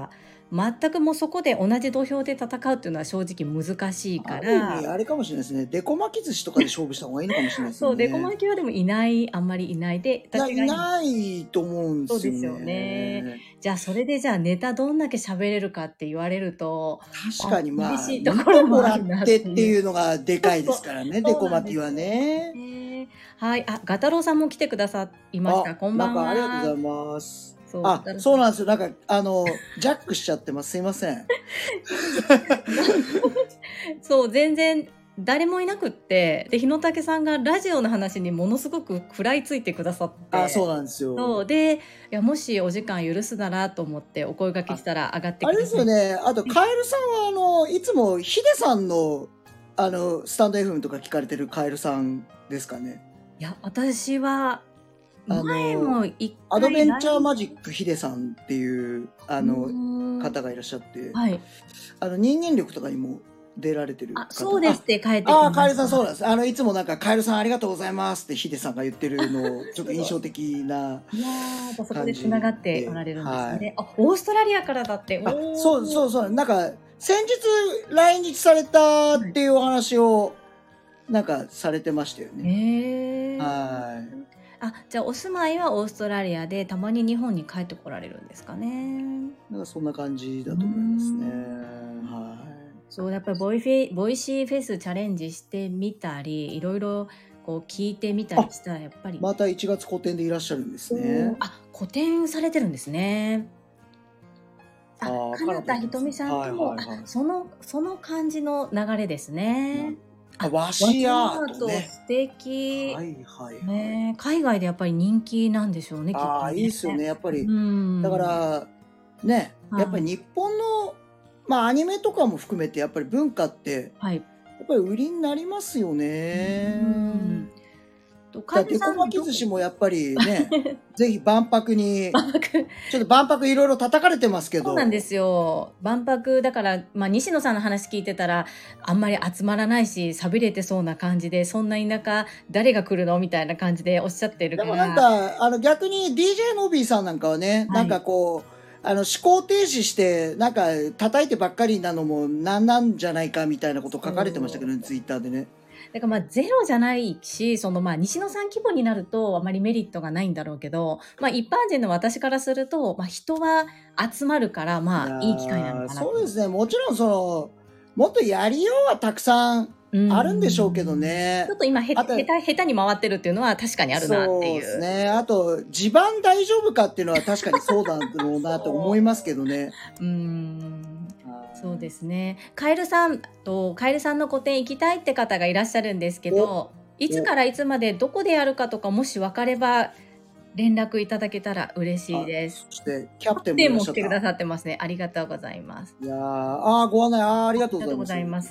全くもうそこで同じ土俵で戦うっていうのは正直難しいから、 あれ、あれかもしれないですね。デコ巻き寿司とかで勝負した方がいいのかもしれないですね。 そうデコ巻きはでもいないあんまりいないでいやいないと思うんですよね。そうですよね。 じゃあそれでじゃあネタどんだけ喋れるかって言われると確かにまあ厳しいところもあるなって、っていうのがでかいですからね。デコ巻きはね。 はい、あガタロウさんも来てくださいました。こんばんは。 ありがとうございます。そうあそうなんですよ。なんかあのジャックしちゃってます。すいません。 そう全然誰もいなくって、で日野武さんがラジオの話にものすごく食らいついてくださって、 あ、そうなんですよ。 そうで、いやもしお時間許すならと思ってお声掛けしたら上がってください。 あれですよね。あとカエルさんはあのいつもヒデさんのあのスタンド エフエム とか聞かれてるカエルさんですかね。 いや私はあの前も一回アドベンチャーマジックヒデさんっていうあのうーん方がいらっしゃって、 はい、 あの人間力とかにも出られてる方。 あそうですって帰ってきました。 ああ、カエルさんそうなんです。あのいつもなんかカエルさんありがとうございますってヒデさんが言ってるのをちょっと印象的な。 いやーそこでつながっておられるんですね。 はい、 あオーストラリアからだって。 あそうそうそう、なんか先日来日されたっていうお話をなんかされてましたよね。 へーはい。 あじゃあお住まいはオーストラリアでたまに日本に帰ってこられるんですかね。 なんかそんな感じだと思いますね。はい。 そうやっぱりボイフェボイシーフェスチャレンジしてみたりいろいろこう聞いてみたりしたらやっぱりまたいちがつ個展でいらっしゃるんですね。 あ個展されてるんですね。あ金田ひとみさんとも、はいはいはい、そのその感じの流れですね。 あ和紙アートね。 素敵。 はいはいはい、 ね。海外でやっぱり人気なんでしょうね。 ああ、いいですよね。やっぱり。 うんだからね、やっぱり日本のまあアニメとかも含めてやっぱり文化って、はい、やっぱり売りになりますよね。うんだデコ巻き寿司もやっぱりねぜひ万博にちょっと万博いろいろ叩かれてますけど。 そうなんですよ。万博だから、まあ、西野さんの話聞いてたらあんまり集まらないし寂れてそうな感じでそんな田舎誰が来るのみたいな感じでおっしゃってるから。 でもなんかあの逆に ディージェー のびーさんなんかはね、はい、なんかこうあの思考停止してなんか叩いてばっかりなのもなんなんじゃないかみたいなこと書かれてましたけどねツイッターでね。 だからまあゼロじゃないしそのまあ西野さん規模になるとあまりメリットがないんだろうけど、まあ、一般人の私からすると、まあ、人は集まるからまあいい機会なのかな。 そうですね。もちろんそのもっとやりようはたくさんあるんでしょうけどね。 ちょっと今へ下手下手に回ってるっていうのは確かにあるなっていう。 そうですね。あと地盤大丈夫かっていうのは確かにそうだろうなと思いますけどね。 うーんそうですね。カエルさんとカエルさんの個展行きたいって方がいらっしゃるんですけど、いつからいつまでどこでやるかとかもし分かれば連絡いただけたら嬉しいです。 そしてキャプテンもいらっしゃった。 来てくださってますね。ありがとうございます。 いやあご案内あありがとうございます。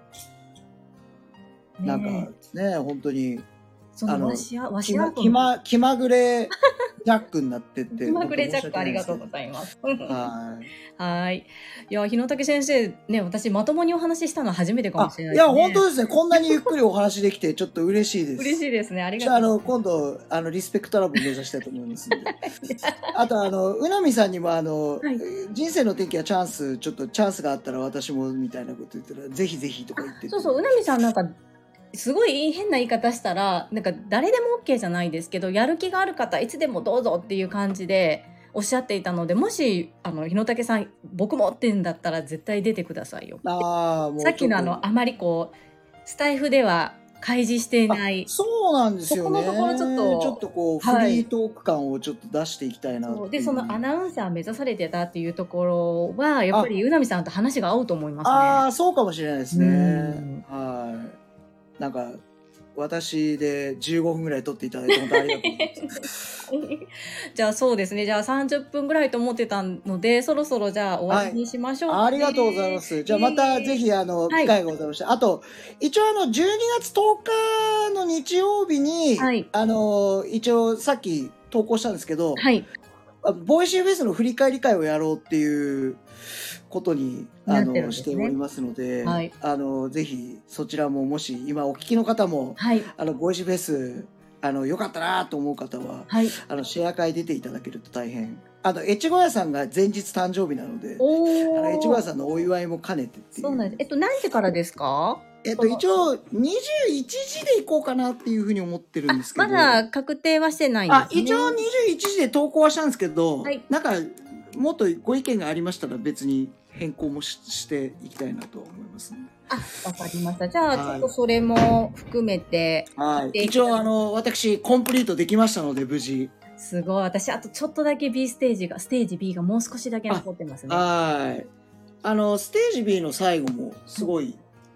ね、 なんかね本当にそのわしやわしや気ま気まぐれジャックになってて気まぐれジャックありがとうございます。 はいはい。いや日野武先生ね私まともにお話ししたのは初めてかもしれないですね。 いや本当ですね。こんなにゆっくりお話できてちょっと嬉しいです。 嬉しいですね。ありがとう。あの今度あのリスペクトラブ目指したいと思いますので。あとあのうなみさんにもあの、はい、人生の転機はチャンスちょっとチャンスがあったら私もみたいなこと言ったらぜひぜひとか言ってて。 そうそううなみさんなんか。すごい変な言い方したらなんか誰でも OK じゃないですけどやる気がある方いつでもどうぞっていう感じでおっしゃっていたのでもしあの日野武さん僕もってんだったら絶対出てくださいよ。 あさっきのあのあまりこうスタイフでは開示していないそうなんですよね。 そこのところちょっとちょっとこうフリートーク感をちょっと出していきたいなっていう、 はい、でそのアナウンサー目指されてたっていうところはやっぱりうなみさんと話が合うと思いますね。 ああそうかもしれないですね。はいなんか私でじゅうごふんぐらい撮っていただいて本当ありがとうございますじゃあそうですねじゃあさんじゅっぷんぐらいと思ってたのでそろそろじゃあ終わりにしましょうか、ねはい、ありがとうございます。じゃあまたぜひあの、はい、機会がございました。あと一応あのじゅうにがつとおかの日曜日に、はい、あの一応さっき投稿したんですけど、はい、ボイシーフェスの振り返り会をやろうっていうことにあの、ね、しておりますので、はい、あのぜひそちらももし今お聞きの方も、はい、あのボイシーフェスあのよかったなと思う方は、はい、あのシェア会出ていただけると大変あの越後屋さんが前日誕生日なのであの越後屋さんのお祝いも兼ねてっていう。 そうなんです。えっと何時からですか？ えっと一応にじゅういちじで行こうかなっていうふうに思ってるんですけどまだ確定はしてないんですね。 あ一応にじゅういちじで投稿はしたんですけど、はい、なんかもっとご意見がありましたら別に変更も し, していきたいなと思いますので。 あ、わかりました。じゃあ、はい、ちょっとそれも含めて。 はい。一応、あの、私、コンプリートできましたので、無事。 すごい。私、あとちょっとだけ B ステージが、ステージ B がもう少しだけ残ってますね。 はい。あの、ステージ B の最後も、すごい、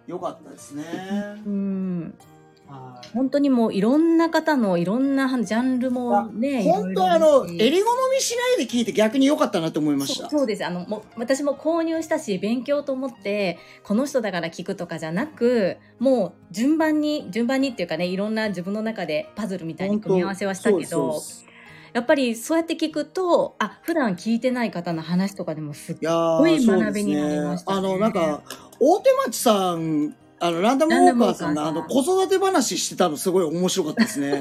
よかったですね。 うん、 はい。 本当にもういろんな方のいろんなジャンルもね、 本当あの襟好みしないで聞いて逆に良かったなと思いました。 そう、そうです。あのも私も購入したし勉強と思ってこの人だから聞くとかじゃなく、もう順番に順番にっていうかね、いろんな自分の中でパズルみたいに組み合わせはしたけど、やっぱりそうやって聞くと、あ、普段聞いてない方の話とかでもすっごい学びになりましたね。 あのなんか大手町さん、あのランダムウォーカーさんがあの子育て話してたのすごい面白かったですね。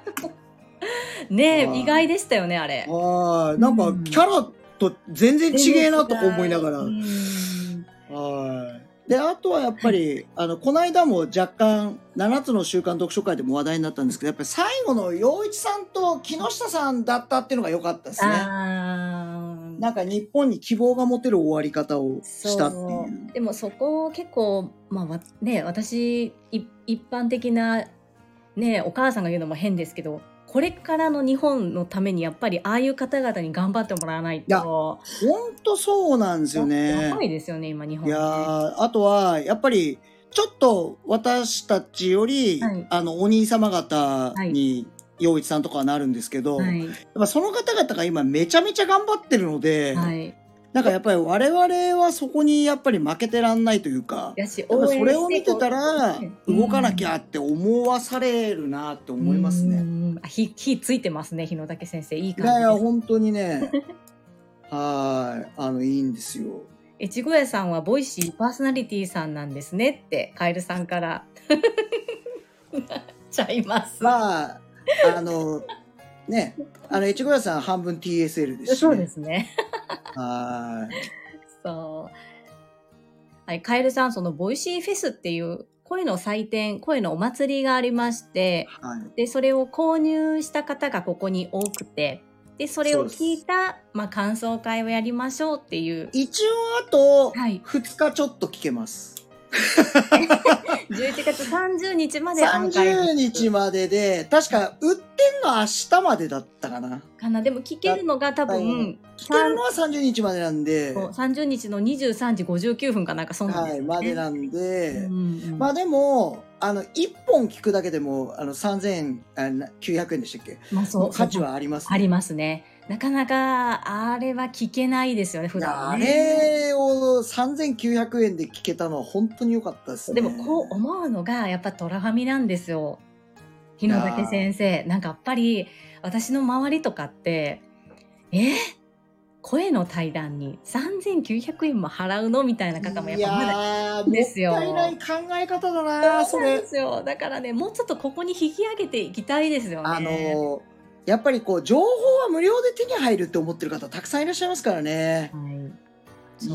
ねえ、意外でしたよねあれ。 はい、なんかキャラと全然違えなとか思いながら。はい。で、あとはやっぱり、はい、あのこの間も若干ななつの習慣読書会でも話題になったんですけど、やっぱり最後の陽一さんと木下さんだったっていうのが良かったですね。なんか日本に希望が持てる終わり方をしたっていう。 でもそこ結構まあね、私一般的なねお母さんが言うのも変ですけど、これからの日本のためにやっぱりああいう方々に頑張ってもらわないと。いや、 本当そうなんですよね。 やばいですよね今日本、ね。 いやあとはやっぱりちょっと私たちより、はい、あのお兄様方に陽一さんとかはなるんですけど、はい、やっぱその方々が今めちゃめちゃ頑張ってるので。はい、なんかやっぱり我々はそこにやっぱり負けてらんないというか、やっぱそれを見てたら動かなきゃって思わされるなって思いますね。 うん火、火ついてますね、日野武先生。いい感じです。 いやいや本当にねはいあのいいんですよ。 越後屋さんはボイシーパーソナリティさんなんですねってカエルさんからちゃいます。 まああのね、あの越後屋さん半分 ティーエスエル ですし、ね、 そうですね。 はい。 そう。はい、カエルさん、そのボイシーフェスっていう声の祭典、声のお祭りがありまして、はい、でそれを購入した方がここに多くて、でそれを聞いたまあ感想会をやりましょうっていう。 一応あとふつかちょっと聞けます。はいじゅういちがつさんじゅうにちまでさんじゅうにちまでで、確か売ってんの明日までだったかな。 かな。でも聞けるのが多分、 聞けるのはさんじゅうにちまでなんで、 さんじゅうにちのにじゅうさんじごじゅうきゅうふんかなんかそんなんですよね。 はい、までなんで、うんうん、まあでもあのいっぽん聞くだけでもあのさんぜんきゅうひゃくえんでしたっけ？まあそう、価値はありますね。 ありますね。なかなかあれは聞けないですよね普段ね。 あれをさんぜんきゅうひゃくえんで聞けたのは本当に良かったですね。 でもこう思うのがやっぱトラファミなんですよ、日野武先生。なんかやっぱり私の周りとかってえ声の対談にさんぜんきゅうひゃくえんも払うのみたいな方もやっぱまだいですよ。 もったいない考え方だなそれ。 そうなんですよ。だからねもうちょっとここに引き上げていきたいですよね。 あのーやっぱりこう情報は無料で手に入るって思ってる方たくさんいらっしゃいますからね。はい、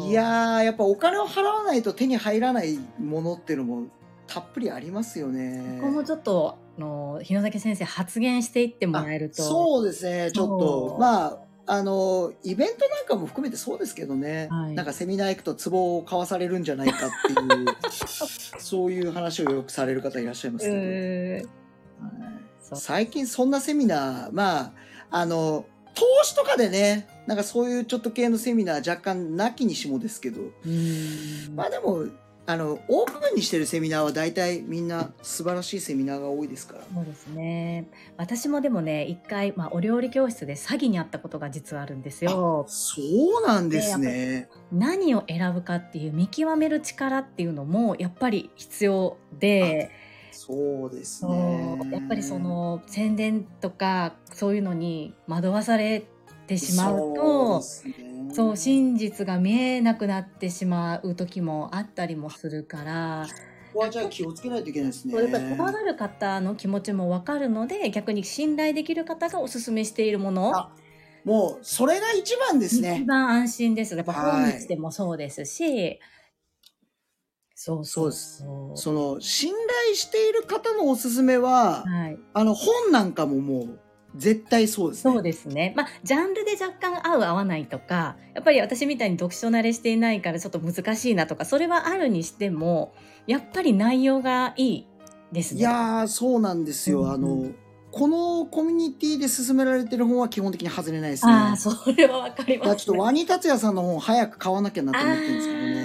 いやーやっぱお金を払わないと手に入らないものっていうのもたっぷりありますよね。 ここもちょっとあの日野武先生発言していってもらえると。 そうですねちょっとまああのイベントなんかも含めてそうですけどね、はい、なんかセミナー行くと壺を買わされるんじゃないかっていうそういう話をよくされる方いらっしゃいますけど、えーはい最近そんなセミナー、まあ、あの、投資とかでね、なんかそういうちょっと系のセミナー若干なきにしもですけど、まあでも、あの、オープンにしてるセミナーは大体みんな素晴らしいセミナーが多いですから。 そうですね。私もでもね、一回、まあお料理教室で詐欺にあったことが実はあるんですよ。 そうなんですね。 何を選ぶかっていう見極める力っていうのもやっぱり必要で、 そうですね。 やっぱりその宣伝とかそういうのに惑わされてしまうと、そうですね、そう真実が見えなくなってしまう時もあったりもするから、 ここはじゃあ気をつけないといけないですね。 やっぱり怖がる方の気持ちも分かるので、逆に信頼できる方がおすすめしているもの、 あもうそれが一番ですね。 一番安心です。やっぱ本日でもそうですし、そうそうです。 その信頼している方のおすすめは、はい、あの本なんかももう絶対そうですね。 そうですね。まあジャンルで若干合う合わないとか、やっぱり私みたいに読書慣れしていないからちょっと難しいなとか、それはあるにしてもやっぱり内容がいいですね。 いやーそうなんですよ。うんうん、あのこのコミュニティで勧められてる本は基本的に外れないですね。 ああそれはわかります、ね。 ちょっとワニ達也さんの本早く買わなきゃなと思ってるんですけどね。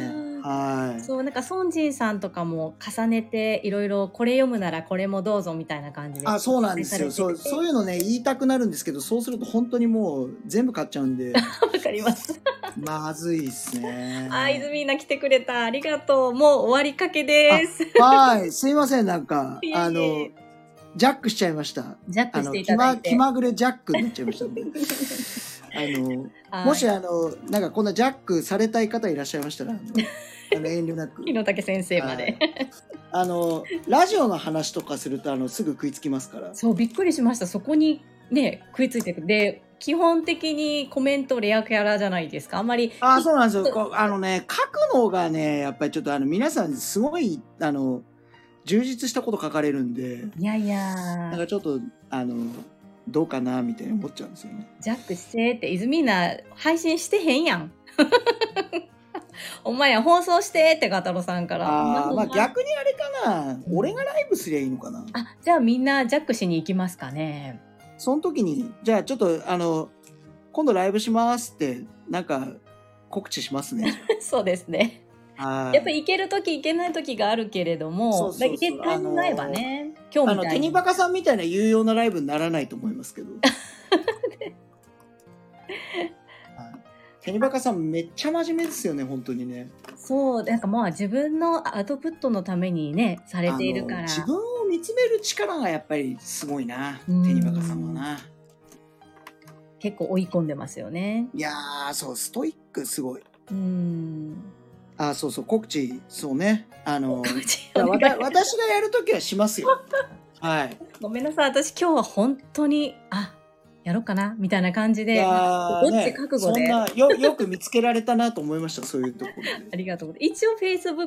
はい。 そう、なんか孫仁さんとかも重ねていろいろこれ読むならこれもどうぞみたいな感じで。 あ、そうなんですよ。そう、そういうのね、言いたくなるんですけど、そうすると本当にもう全部買っちゃうんで。 わかります。 まずいっすね。 あ、イズミーナ来てくれた。ありがとう。もう終わりかけです。 はい。すいません、なんか、 いえいえあの、ジャックしちゃいました。 ジャックしていただいて。 気まぐれジャックになっちゃいましたんで。あの、もしあの、なんかこんなジャックされたい方いらっしゃいましたら、あの、あの遠慮なく。 日野武先生まで。 あの、ラジオの話とかすると、あの、すぐ食いつきますから。 そう、びっくりしました。そこにね、食いついてくる。で、基本的にコメントレアキャラじゃないですか。あんまり。 あ、そうなんですよ。こうあのね、書くのがね、やっぱりちょっとあの、皆さんすごい、あの、充実したこと書かれるんで。 いやいやなんかちょっと、あの、どうかなみたいに思っちゃうんですよね。 ジャックしてって、イズミーナ配信してへんやん。お前や放送してってガタロさんから。 ああ、まあ逆にあれかな、うん、俺がライブすりゃいいのかな。 あ、じゃあみんなジャックしに行きますかね。 その時に、じゃあちょっとあの、今度ライブしますって、なんか告知しますね。 そうですね。やっぱり行ける時行けない時があるけれども、そうそうそう、絶対にないばね、 今日みたいにあのテニバカさんみたいな有用なライブにならないと思いますけど。テニバカさんめっちゃ真面目ですよね、本当にね。 そう、なんかまあ自分のアウトプットのためにねされているから、 自分を見つめる力がやっぱりすごいな、テニバカさんはな。 結構追い込んでますよね。 いやー、そう、ストイックすごい。 うん。 あ、そうそう、告知、そうね。あの、私がやるときはしますよ。はい。 ごめんなさい、私今日は本当に、あ、やろうかなみたいな感じで、どっち覚悟で、 ね、そんなよよく見つけられたなと思いました。そういうところで。 ありがとう。一応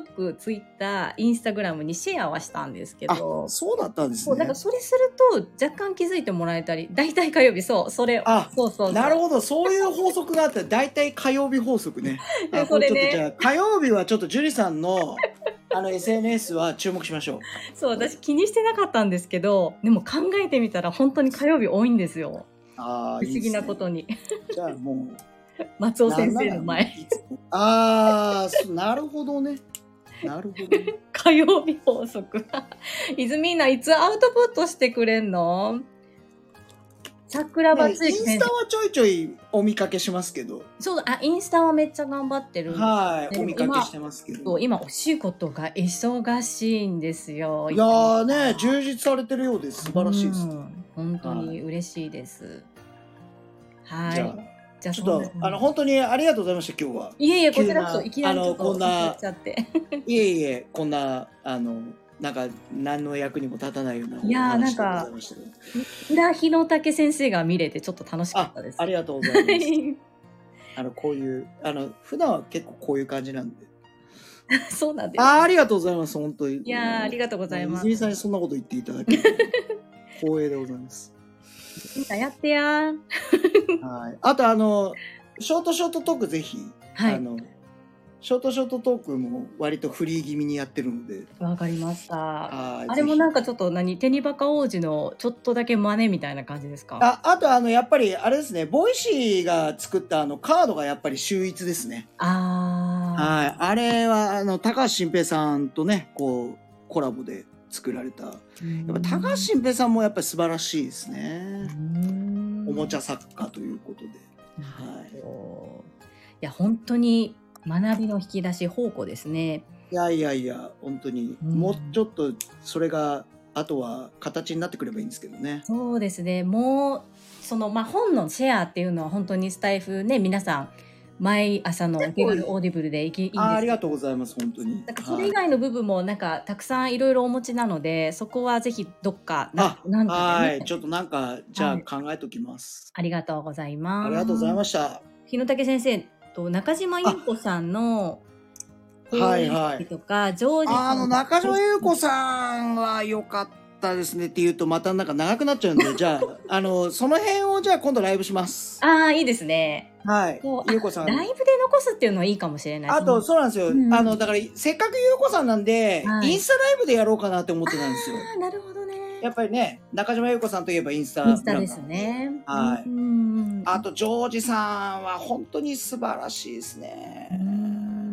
Facebook、Twitter、Instagram にシェアはしたんですけど、 あ、そうだったんですね。 なんかそれすると若干気づいてもらえたり、大体火曜日、そうそれ、 あ、 そうそうそう、 なるほど、そういう法則があったら大体火曜日法則ね。あ、これちょっとじゃあ火曜日はちょっと樹里さんのあの エスエヌエス は注目しましょう。 そう、私気にしてなかったんですけど、でも考えてみたら本当に火曜日多いんですよ。 あ、 不思議なことに。 いいね、じゃあもう松尾先生の前。 ああ、なるほどね。なるほど、ね。 火曜日法則。イズミーナいつアウトプットしてくれんの？桜庭つゆき先生。 インスタはちょいちょいお見かけしますけど。 そう、あ、インスタはめっちゃ頑張ってる。 はい、お見かけしてますけど。 今お仕事が忙しいんですよ。 いやーね、充実されてるようです。素晴らしいです。 本当に嬉しいです。はい。 じゃあ、じゃあちょっとあの本当にありがとうございました。今日は。 いえいえ、こちらこそいきなりちょっとこんな、 ちゃっていえいえ、こんなあのなんか何の役にも立たないような。 いやー、なんか裏日野武先生が見れてちょっと楽しかったです。 あ、ありがとうございます。あのこういうあの普段は結構こういう感じなんで。 そうなんです。 あ、ありがとうございます。本当に。 いやー、ありがとうございます。 泉さんにそんなこと言っていただけて光栄でございます。 やってやー。 はい。あとあのショートショートトークぜひ、はい、あのショートショートトークも割とフリー気味にやってるので。 わかりました。あ, あれもなんかちょっと何テニバカ王子のちょっとだけ真似みたいな感じですか？ あ、あとあのやっぱりあれですね、ボイシーが作ったあのカードがやっぱり秀逸ですね。 ああ。 はい。あれはあの高橋新平さんとねこうコラボで作られた。やっぱ高橋新平さんもやっぱり素晴らしいですね。おもちゃ作家ということで。はい。いや本当に学びの引き出し宝庫ですね。 いやいやいや本当に、うん、もうちょっとそれがあとは形になってくればいいんですけどね。 そうですね。もうそのまあ本のシェアっていうのは本当にスタイフね皆さん毎朝のお手軽オーディブルでいきいいんです。 あ, ありがとうございます。本当に。 なんかそれ以外の部分もなんかたくさんいろいろお持ちなので、そこはぜひどっかななんか、ね、はいちょっとなんかじゃあ考えときます、 はい。ありがとうございます。 ありがとうございました。 日野武先生と中島優子さんのはいはいとかジョージあの中島優子さんは良かったですねって言うとまたなんか長くなっちゃうんでじゃああのその辺をじゃあ今度ライブします。 ああいいですね。 はい。優子さんライブで残すっていうのはいいかもしれない。 あとそうなんですよ、うん、あのだからせっかく優子さんなんで、はい、インスタライブでやろうかなって思ってたんですよ。 ああなるほどね。 やっぱりね中島優子さんといえばインスタインスタですね。 はい。うんあとジョージさんは本当に素晴らしいですね。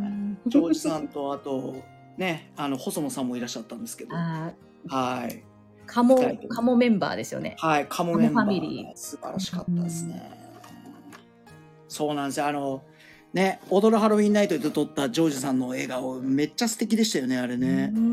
ジョージさんと、あと、ね、あの、細野さんもいらっしゃったんですけど。 あはい。 カモ、カモメンバーですよね。 はい、カモメンバー。 カモファミリー。 素晴らしかったですね。そうなんですよ。あの、ね、踊るハロウィンナイトで撮ったジョージさんの笑顔、めっちゃ素敵でしたよね、あれね。 うん。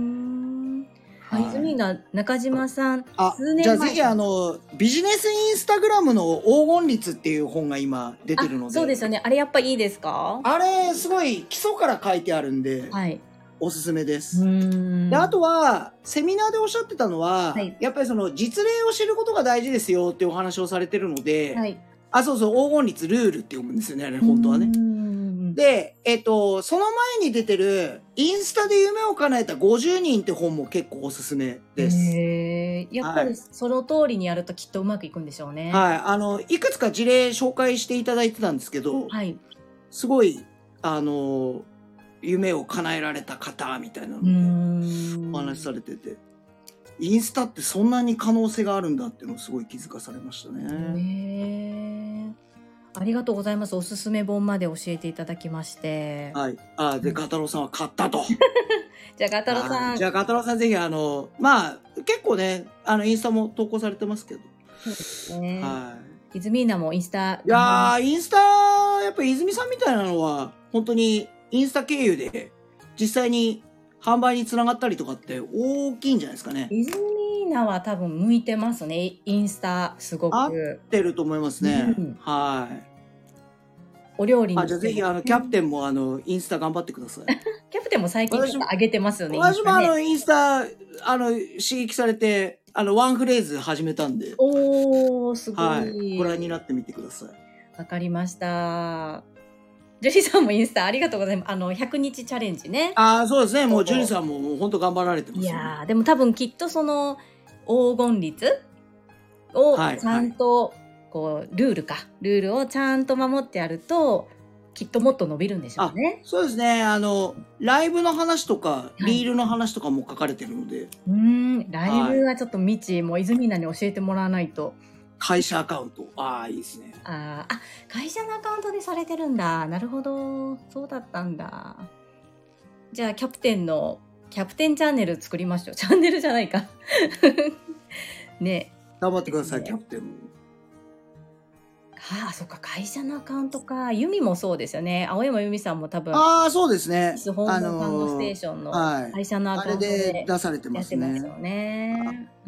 はい、泉田中島さん。 あ、じゃあぜひあの、ビジネスインスタグラムの黄金律っていう本が今出てるので。 そうですよね。あれやっぱいいですか？ あれ、すごい基礎から書いてあるんで、はい、おすすめです。で、あとは、セミナーでおっしゃってたのは、はい、やっぱりその実例を知ることが大事ですよっていうお話をされてるので、はい、あ、そうそう、黄金律ルールって読むんですよね、あれ、本当はね。で、えっと、その前に出てる、インスタで夢を叶えたごじゅうにんって本も結構おすすめです。 へー、やっぱりその通りにやるときっとうまくいくんでしょうね。 はい。あの、いくつか事例紹介していただいてたんですけど、はい、すごい、あの、夢を叶えられた方みたいなのでお話しされてて、インスタってそんなに可能性があるんだっていうのをすごい気づかされましたね。 へー、ありがとうございます。おすすめ本まで教えていただきまして。 はい。あ、で、ガタロウさんは買ったと。 じゃあガタロウさん。 じゃあガタロウさんぜひあの、まあ、結構ね、あの、インスタも投稿されてますけど。 そうですね。 はい。 イズミーナもインスタ。 いやー、インスタ、やっぱ泉さんみたいなのは、本当にインスタ経由で、実際に販売につながったりとかって大きいんじゃないですかね。 イズミーナは多分向いてますね。インスタ、すごく。 合ってると思いますね。うん、はい。 お料理に。 あ、じゃあぜひ、あの、キャプテンも、あの、インスタ頑張ってください。 キャプテンも最近ちょっと上げてますよね。 私も、あの、インスタ、あの、刺激されて、あの、ワンフレーズ始めたんで。 おー、すごい。はい。 ご覧になってみてください。 わかりました。ジュリさんもインスタありがとうございます。あの、ひゃくにちチャレンジね。 ああ、そうですね。もうジュリさんももう本当頑張られてます、ね。 いやー、でも多分きっとその黄金律をちゃんと、はいはい、こう、ルールか。ルールをちゃんと守ってやると、きっともっと伸びるんでしょうね。 そうですね。あの、ライブの話とか、リールの話とかも書かれてるので。はい、 うん、ライブはちょっと未知、はい、もう泉菜に教えてもらわないと。 会社アカウント。ああ、いいですね。 ああ、会社のアカウントでされてるんだ。なるほど。そうだったんだ。じゃあ、キャプテンの、キャプテンチャンネル作りましょう。チャンネルじゃないか。ね。 頑張ってください、ね、キャプテンも。 ああ、そっか、会社のアカウントか。ユミもそうですよね。青山由美さんも多分。 ああ、そうですね。 本のファンドステーションの会社のアカウントで、 あれで出されてますね。 やってますよね。うん。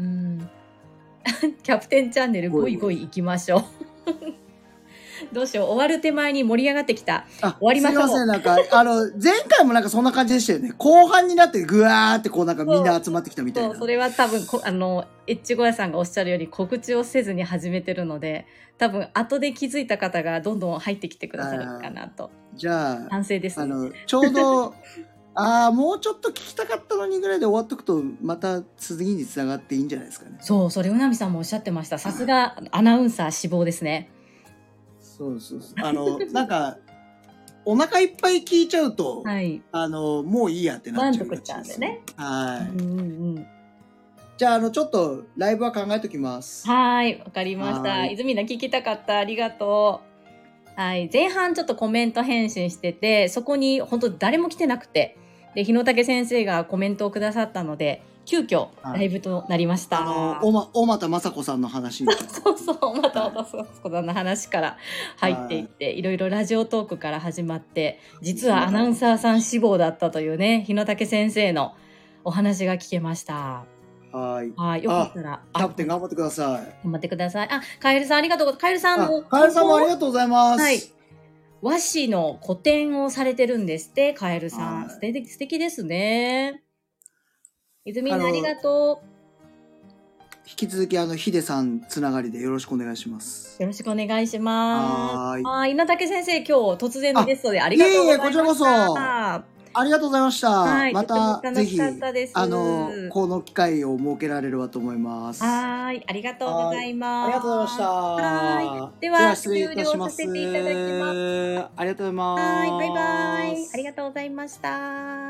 キャプテンチャンネルゴイゴイ行きましょう。どうしよう、終わる手前に盛り上がってきた。終わりましょう。 すいません、なんか、あの、前回もなんかそんな感じでしたよね。後半になってぐわーってこうなんかみんな集まってきたみたいな。 そう、そうそれは多分こ、あの、エッチゴヤさんがおっしゃるように告知をせずに始めてるので、多分後で気づいた方がどんどん入ってきてくださるかなと。 じゃあ、 反省です、ね。 あの、ちょうど、ああ、もうちょっと聞きたかったのにぐらいで終わっとくと、また次につながっていいんじゃないですかね。 そう、それ、うなみさんもおっしゃってました。さすがアナウンサー志望ですね。 そうそうそう。あの、なんか、お腹いっぱい聞いちゃうと、はい、あの、もういいやってなっちゃう。 満足しちゃうんでね。 はい。 うんうん、 じゃあ、あの、ちょっと、ライブは考えときます。 はい、わかりました。泉田聞きたかった。ありがとう。はい、前半ちょっとコメント返信してて、そこに本当誰も来てなくて、で、日野武先生がコメントをくださったので、急遽ライブとなりました。 あの、おま、小俣雅子さんの話に。 そうそう、小俣雅子さんの話から入っていって、いろいろラジオトークから始まって、実はアナウンサーさん志望だったというね、日野武先生のお話が聞けました。 はい。 はい、よかったら。 キャプテン頑張ってください。 頑張ってください。あ、カエルさんありがとう。カエルさんも。 カエルさんもありがとうございます。 はい。和紙の個展をされてるんですって、カエルさん。素敵、素敵ですね。泉ありがとう。 引き続き、あの、ヒデさんつながりでよろしくお願いします。 よろしくお願いします。 はい。 あ、稲竹先生、今日突然のゲストでありがとうございました。いえいえ、こちらこそ。 ありがとうございました。 はい、 また、ぜひ、あの、この機会を設けられればと思います。 はい、ありがとうございます。 ありがとうございました。 はい。では、失礼いたします。 ありがとうございます。 はい、バイバイ。ありがとうございました。